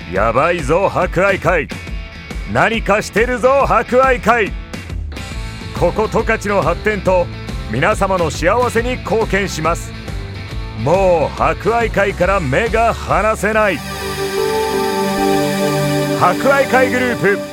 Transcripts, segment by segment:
やばいぞ博愛会、何かしてるぞ博愛会。ここ十勝の発展と皆様の幸せに貢献します。もう博愛会から目が離せない。博愛会グループ。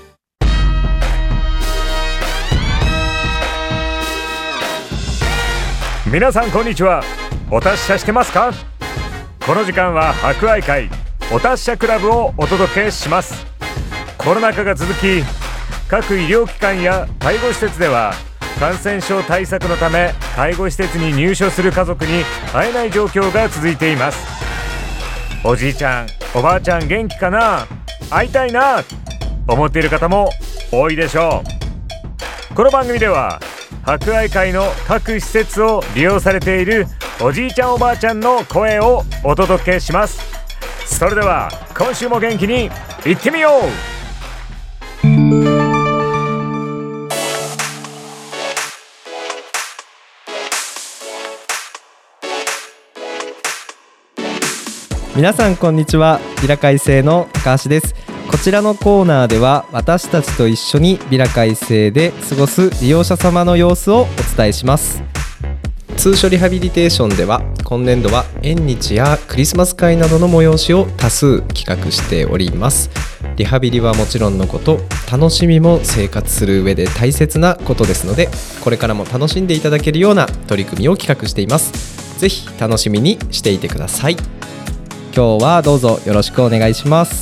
皆さんこんにちは。お達者してますか？この時間は博愛会お達者クラブをお届けします。コロナ禍が続き、各医療機関や介護施設では感染症対策のため介護施設に入所する家族に会えない状況が続いています。おじいちゃんおばあちゃん元気かな、会いたいな思っている方も多いでしょう。この番組では博愛会の各施設を利用されているおじいちゃんおばあちゃんの声をお届けします。それでは今週も元気にいってみよう。 皆さんこんにちは。ビラ会生の高橋です。こちらのコーナーでは私たちと一緒にビラ会生で過ごす利用者様の様子をお伝えします。通所リハビリテーションでは今年度は縁日やクリスマス会などの催しを多数企画しております。リハビリはもちろんのこと、楽しみも生活する上で大切なことですので、これからも楽しんでいただけるような取り組みを企画しています。ぜひ楽しみにしていてください。今日はどうぞよろしくお願いします。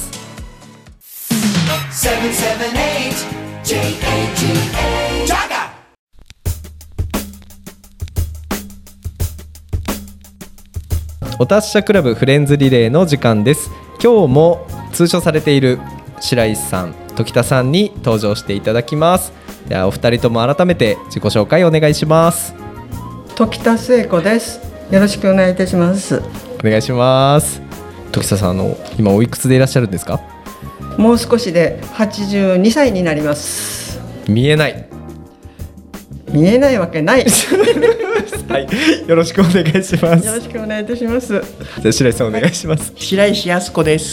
お達者クラブフレンズリレーの時間です。今日も通所されている白石さん、時田さんに登場していただきます。ではお二人とも改めて自己紹介お願いします。 時田聖子です。よろしくお願いいたします。 お願いします。時田さん、今おいくつでいらっしゃるんですか？ もう少しで82歳になります。 見えない。 見えないわけないはい、よろしくお願いします。 よろしくお願いいたします。 じゃあ白石さんお願いします。 白石康子です。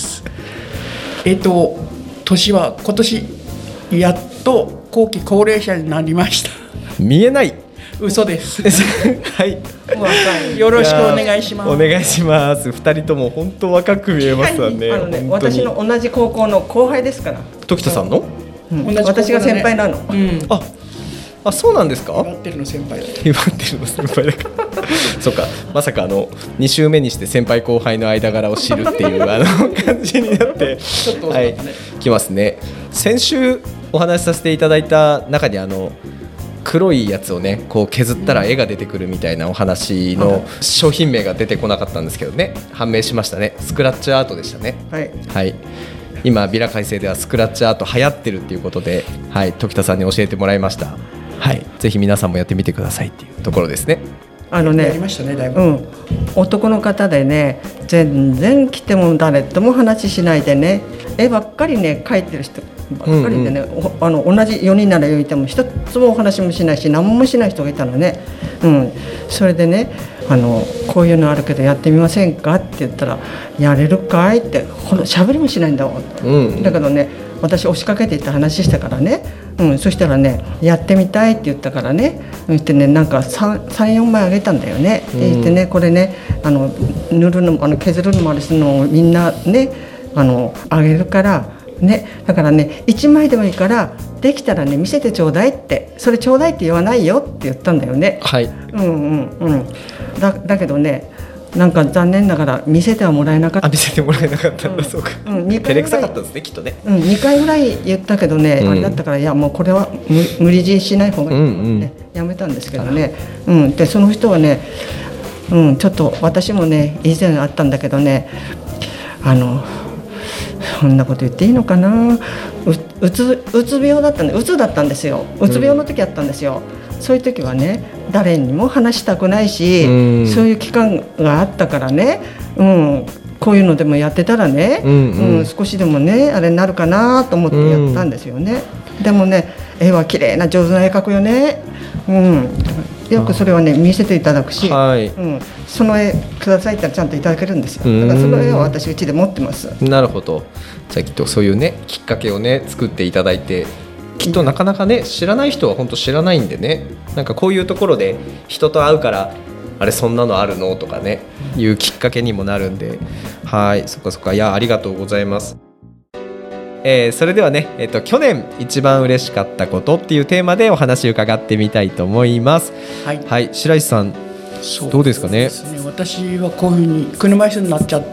年は今年やっと後期高齢者になりました。 見えない。 嘘ですはい、 よろしくお願いします。 お願いします。二人とも本当若く見えますわね。 私の同じ高校の後輩ですから。 時田さんの、 私が先輩なの。 あ、そうなんですか？ 祝ってるの先輩だからそうか、まさか2週目にして先輩後輩の間柄を知るっていう感じになってちょっと、 はい、来ますね。先週お話しさせていただいた中に黒いやつをねこう削ったら絵が出てくるみたいなお話の商品名が出てこなかったんですけどね、判明しましたね。スクラッチアートでしたね。はい、今ビラ改正ではスクラッチアート流行ってるっていうことで、はい、時田さんに教えてもらいました。はい、ぜひ皆さんもやってみてくださいっていうところですね。 やりましたね、だいぶ。 男の方でね、全然来ても誰とも話しないでね、絵ばっかりね描いてる人ばっかりでね、同じ4人ならいても一つもお話もしないし何もしない人がいたのね。それでね、こういうのあるけどやってみませんかって言ったら、やれるかいって喋りもしないんだもん。だけどね、私押しかけていった話したからね、そしたらね、やってみたいって言ったからね、そしてね、なんか 3,4 枚あげたんだよね。で言ってね、これね、塗るの削るのもあれするのをみんなねあげるからね、だからね、1枚でもいいからできたらね見せてちょうだいって、それちょうだいって言わないよって言ったんだよね。 はい。 だけどね、なんか残念ながら見せてはもらえなかった。 見せてもらえなかったんだ。そうか。照れくさかったですね、きっとね。 2回ぐらい言ったけどね、あれだったから、いやもうこれは無理強いしない方がいいって、やめたんですけどね。でその人はね、ちょっと私もね以前あったんだけどね、そんなこと言っていいのかな、うつ病だったんで、うつだったんですよ。うつ病の時あったんですよ。そういう時はね、誰にも話したくないし、そういう期間があったからね、こういうのでもやってたらね、少しでもねあれになるかなと思ってやったんですよね。でもね、絵は綺麗な上手な絵描くよね。 よくそれをね見せていただくし、 はいその絵くださいって言ったらちゃんといただけるんですよ。だからその絵を私うちで持ってます。 なるほど。じゃあきっとそういうねきっかけをね作っていただいて、きっとなかなかね知らない人は本当知らないんでね、なんかこういうところで人と会うからあれそんなのあるのとかねいうきっかけにもなるんで、はい、そっかそっか、いやありがとうございます。それではね、去年一番嬉しかったことっていうテーマでお話伺ってみたいと思います。 はい、 はい、白石さんどうですかね。 私はこういうふうに車椅子になっちゃって、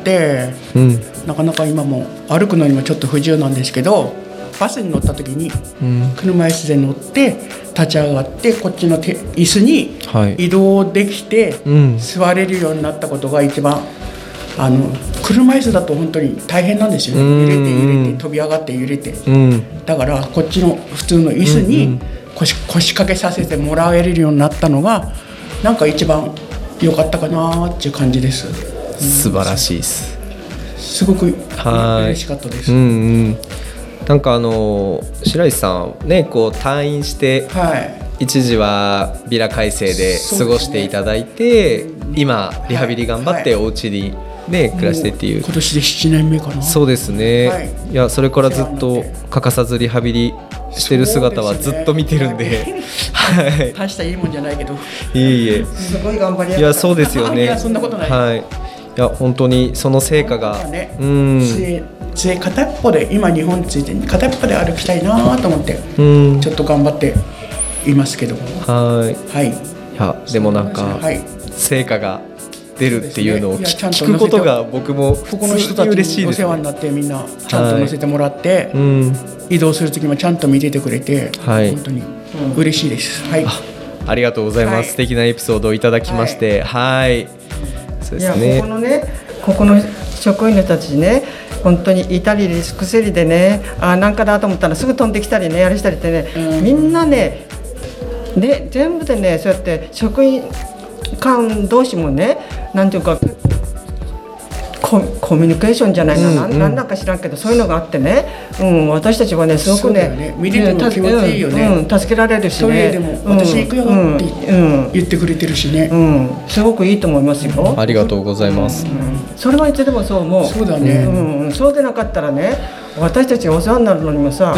なかなか今も歩くのにもちょっと不自由なんですけど、バスに乗った時に車椅子で乗って立ち上がってこっちの椅子に移動できて座れるようになったことが一番、車椅子だと本当に大変なんですよね。揺れて揺れて飛び上がって揺れて、だからこっちの普通の椅子に腰掛けさせてもらえるようになったのがなんか一番良かったかなっていう感じです。 素晴らしいです。 すごく嬉しかったです。 なんか白石さんねこう退院して、一時はビラ改正で過ごしていただいて、今リハビリ頑張ってお家にね暮らしてっていう、 今年で7年目かな。 そうですね、いやそれからずっと欠かさずリハビリしてる姿はずっと見てるんで、 大したいいもんじゃないけど、 いえすごい頑張りや。 いやそうですよね。 いやそんなことない。 はい、いや本当にその成果が、 杖片っぽで今日本について片っぽで歩きたいなと思って、ちょっと頑張っていますけども。はい。いやでもなんか、成果が出るっていうのを聞くことが僕もここの人たちにお世話になって、みんなちゃんと乗せてもらって、移動する時もちゃんと見ててくれて、本当に嬉しいです。はい。 ありがとうございます。素敵なエピソードをいただきまして、はい。そうですね。 ここの職員の人たちね、本当に至り尽くせりでね、なんかだと思ったらすぐ飛んできたりね、やりしたりってね、みんなね、全部でね、そうやって職員間同士もね、なんていうかコミュニケーションじゃないな、なんだか知らんけどそういうのがあってね、私たちはねすごくね見てても気持ちいいよね。 助けられるしね。 でも私行くよって言ってくれてるしね。 すごくいいと思いますよ。 ありがとうございます。 それはいつでもそう思う。 そうだね。 そうでなかったらね、私たちがお世話になるのにもさ、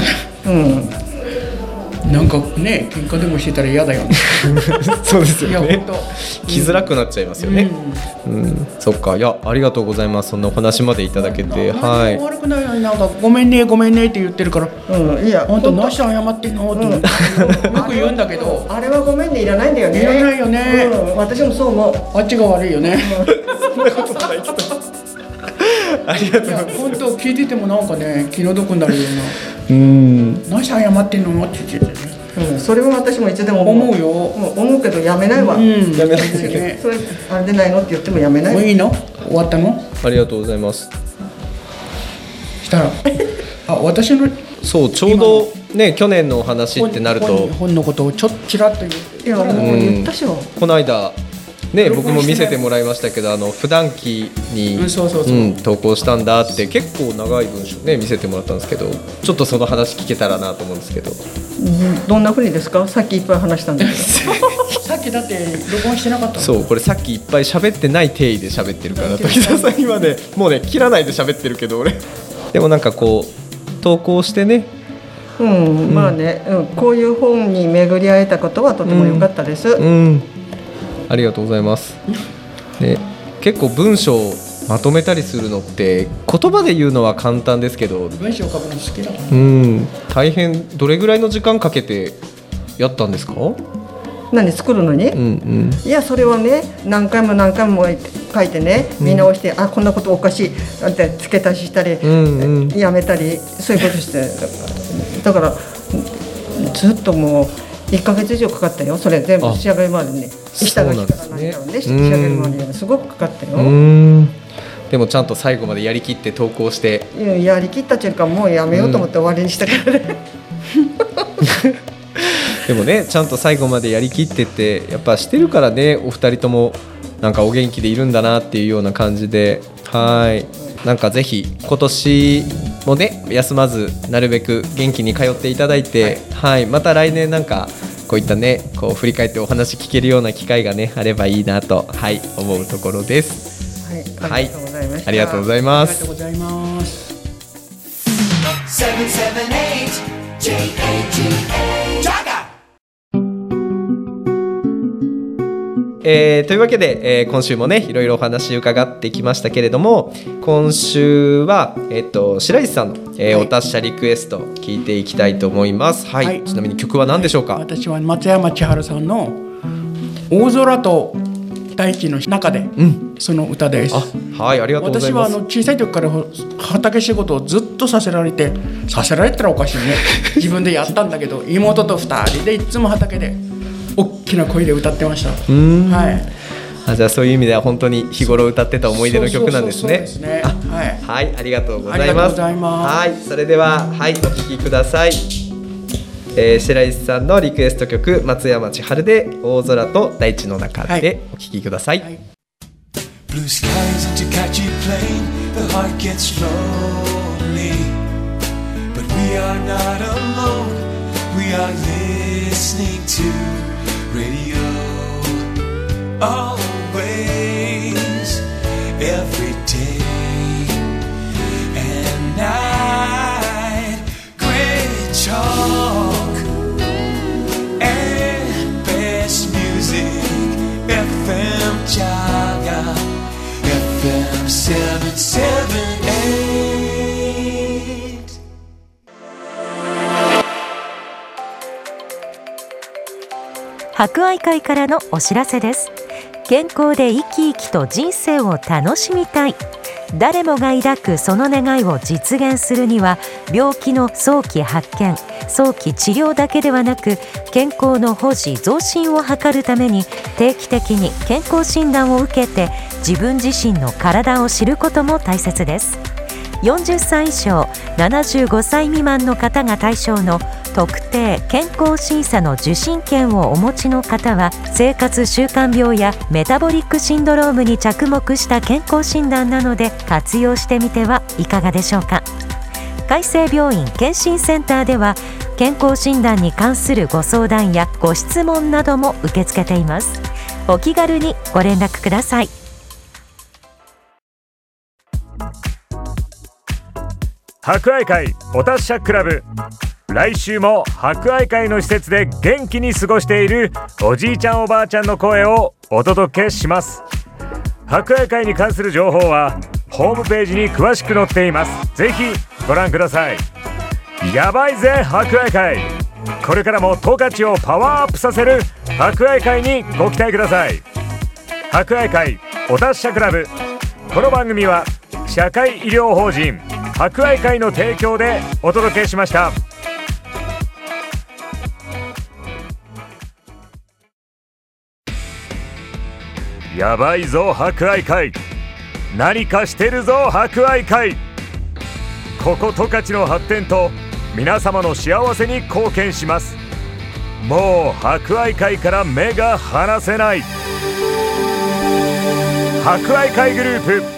なんかね喧嘩でもしてたら嫌だよね。 そうですよね。 いや本当来づらくなっちゃいますよね。そっか、いやありがとうございます。そんなお話までいただけて、はい。 悪くないのになんかごめんねって言ってるから、いや本当何して謝ってんのってよく言うんだけど、 あれはごめんねいらないんだよね。 いらないよね。 私もそう思う。 あっちが悪いよね。 そんなことないけど。ありがとうございます。 本当聞いててもなんかね気の毒になるような。何して謝ってんのって言っててね。 それは私もいつでも思うよ。 思うけどやめないわ。 やめないですよね。 それあれでないのって言ってもやめない。 もういいの？終わったの？ ありがとうございます。 したら私のそうちょうどね去年のお話ってなると本のことをちらっと言って。 いやもう言ったしょ。 この間ね、僕も見せてもらいましたけど普段期に投稿したんだって結構長い文章ね見せてもらったんですけど、ちょっとその話聞けたらなと思うんですけど。 どんな風にですか？さっきいっぱい話したんだけどさっきだって録音してなかったの。 そうこれさっきいっぱい喋ってない定位で喋ってるから時田さん今ねもうね切らないで喋ってるけど俺でもなんかこう投稿してね、 まあね、こういう本に巡り会えたことはとても良かったです。 ありがとうございます。で結構文章をまとめたりするのって言葉で言うのは簡単ですけど、 文章を書くの好きだから。 大変。どれぐらいの時間かけてやったんですか？ 何作るのに？いやそれはね何回も書いてね見直して、こんなことおかしいって付け足ししたり、やめたりそういうことして、だからずっともう1ヶ月以上かかったよ。それ全部仕上げるまでに下書きから何からね仕上げるまでにすごくかかったよ。 でもちゃんと最後までやりきって投稿して、 やりきったというかもうやめようと思って終わりにしたからねでもねちゃんと最後までやりきってってやっぱしてるからね、お二人ともなんかお元気でいるんだなっていうような感じで、なんかぜひ今年もね休まずなるべく元気に通っていただいて、また来年なんかこういったねこう振り返ってお話聞けるような機会がねあればいいなと、はい、思うところです。 はい、 ありがとうございます。 ありがとうございます。 というわけで、今週もねいろいろお話伺ってきましたけれども、今週は、白石さんの、お達者リクエスト聞いていきたいと思います。はい、ちなみに曲は何でしょうか？ 私は松山千春さんの大空と大地の中で、その歌です。 はい、ありがとうございます。 私は小さい時から畑仕事をずっとさせられてたらおかしいね自分でやったんだけど妹と2人でいつも畑で大きな声で歌ってました。はい。 じゃあそういう意味では本当に日頃歌ってた思い出の曲なんですね。 そうですね。 はい、ありがとうございます。はい、それでははいお聴きください。白石さんのリクエスト曲松山千春で大空と大地の中でお聴きください。 Blue skies into catchy plane, the heart gets lonely, but we are not alone, we are listening to radio, always, every day and night, great talk and best music, FM Jaga, FM 778. 博愛会からのお知らせです。健康で生き生きと人生を楽しみたい、誰もが抱くその願いを実現するには、病気の早期発見、早期治療だけではなく、健康の保持増進を図るために定期的に健康診断を受けて自分自身の体を知ることも大切です。40歳以上75歳未満の方が対象の特定健康審査の受診券をお持ちの方は、生活習慣病やメタボリックシンドロームに着目した健康診断なので活用してみてはいかがでしょうか。海生病院健診センターでは健康診断に関するご相談やご質問なども受け付けています。お気軽にご連絡ください。 博愛会お達者クラブ、来週も博愛会の施設で元気に過ごしているおじいちゃんおばあちゃんの声をお届けします。博愛会に関する情報はホームページに詳しく載っています。ぜひご覧ください。やばいぜ博愛会、これからも十勝をパワーアップさせる博愛会にご期待ください。博愛会お達者クラブ、この番組は社会医療法人博愛会の提供でお届けしました。やばいぞ博愛会、何かしてるぞ博愛会、ここ十勝の発展と皆様の幸せに貢献します。もう博愛会から目が離せない。博愛会グループ